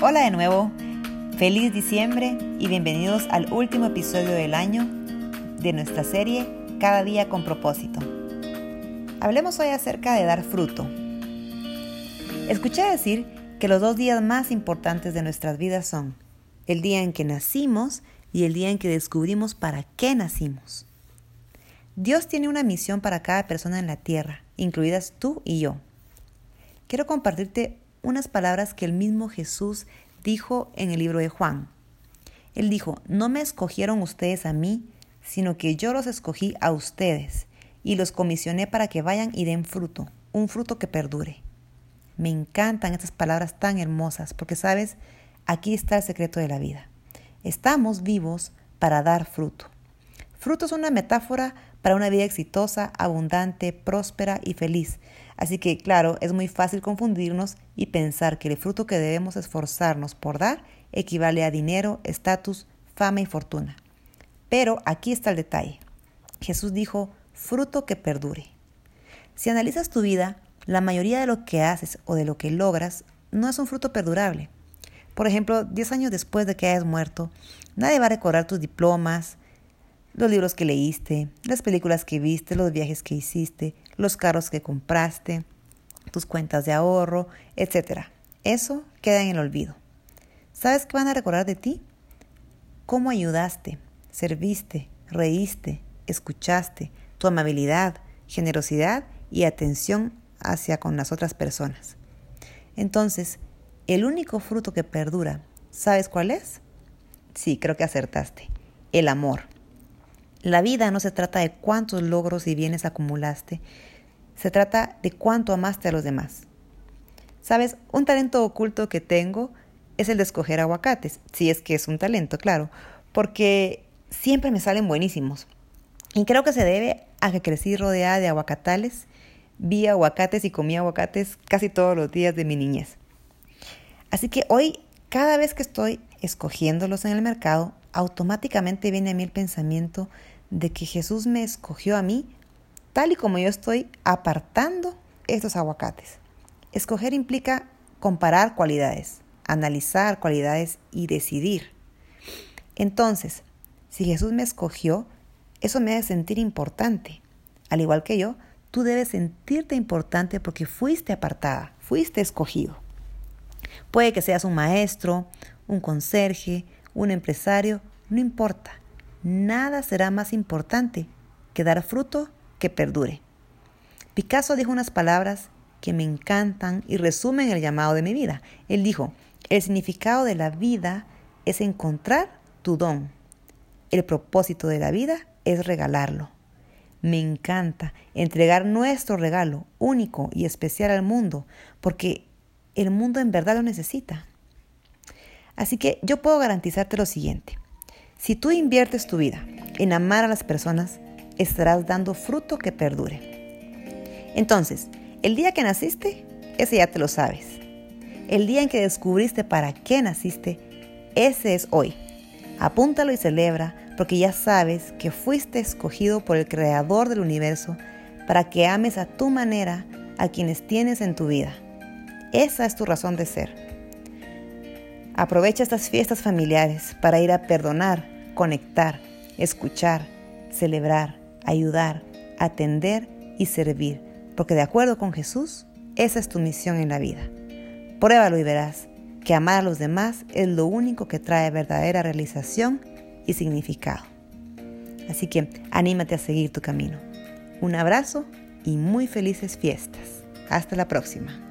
Hola de nuevo, feliz diciembre y bienvenidos al último episodio del año de nuestra serie Cada día con propósito. Hablemos hoy acerca de dar fruto. Escuché decir que los 2 días más importantes de nuestras vidas son el día en que nacimos y el día en que descubrimos para qué nacimos. Dios tiene una misión para cada persona en la tierra, incluidas tú y yo. Quiero compartirte unas palabras que el mismo Jesús dijo en el libro de Juan. Él dijo: no me escogieron ustedes a mí, sino que yo los escogí a ustedes y los comisioné para que vayan y den fruto, un fruto que perdure. Me encantan estas palabras tan hermosas porque, ¿sabes? Aquí está el secreto de la vida. Estamos vivos para dar fruto. Fruto es una metáfora para una vida exitosa, abundante, próspera y feliz. Así que, claro, es muy fácil confundirnos y pensar que el fruto que debemos esforzarnos por dar equivale a dinero, estatus, fama y fortuna. Pero aquí está el detalle. Jesús dijo: fruto que perdure. Si analizas tu vida, la mayoría de lo que haces o de lo que logras no es un fruto perdurable. Por ejemplo, 10 años después de que hayas muerto, nadie va a recordar tus diplomas, los libros que leíste, las películas que viste, los viajes que hiciste, los carros que compraste, tus cuentas de ahorro, etc. Eso queda en el olvido. ¿Sabes qué van a recordar de ti? Cómo ayudaste, serviste, reíste, escuchaste, tu amabilidad, generosidad y atención hacia con las otras personas. Entonces, el único fruto que perdura, ¿sabes cuál es? Sí, creo que acertaste. El amor. La vida no se trata de cuántos logros y bienes acumulaste, se trata de cuánto amaste a los demás. ¿Sabes? Un talento oculto que tengo es el de escoger aguacates, si es que es un talento, claro, porque siempre me salen buenísimos. Y creo que se debe a que crecí rodeada de aguacatales, vi aguacates y comí aguacates casi todos los días de mi niñez. Así que hoy, cada vez que estoy escogiéndolos en el mercado, automáticamente viene a mí el pensamiento de que Jesús me escogió a mí tal y como yo estoy apartando estos aguacates. Escoger implica comparar cualidades, analizar cualidades y decidir. Entonces, si Jesús me escogió, eso me hace sentir importante. Al igual que yo, tú debes sentirte importante porque fuiste apartada, fuiste escogido. Puede que seas un maestro, un conserje, un empresario, no importa. Nada será más importante que dar fruto que perdure. Picasso dijo unas palabras que me encantan y resumen el llamado de mi vida. Él dijo: el significado de la vida es encontrar tu don. El propósito de la vida es regalarlo. Me encanta entregar nuestro regalo único y especial al mundo, porque el mundo en verdad lo necesita. Así que yo puedo garantizarte lo siguiente: si tú inviertes tu vida en amar a las personas, estarás dando fruto que perdure. Entonces, el día que naciste, ese ya te lo sabes. El día en que descubriste para qué naciste, ese es hoy. Apúntalo y celebra, porque ya sabes que fuiste escogido por el Creador del universo para que ames a tu manera a quienes tienes en tu vida. Esa es tu razón de ser. Aprovecha estas fiestas familiares para ir a perdonar, conectar, escuchar, celebrar, ayudar, atender y servir, porque de acuerdo con Jesús, esa es tu misión en la vida. Pruébalo y verás que amar a los demás es lo único que trae verdadera realización y significado. Así que anímate a seguir tu camino. Un abrazo y muy felices fiestas. Hasta la próxima.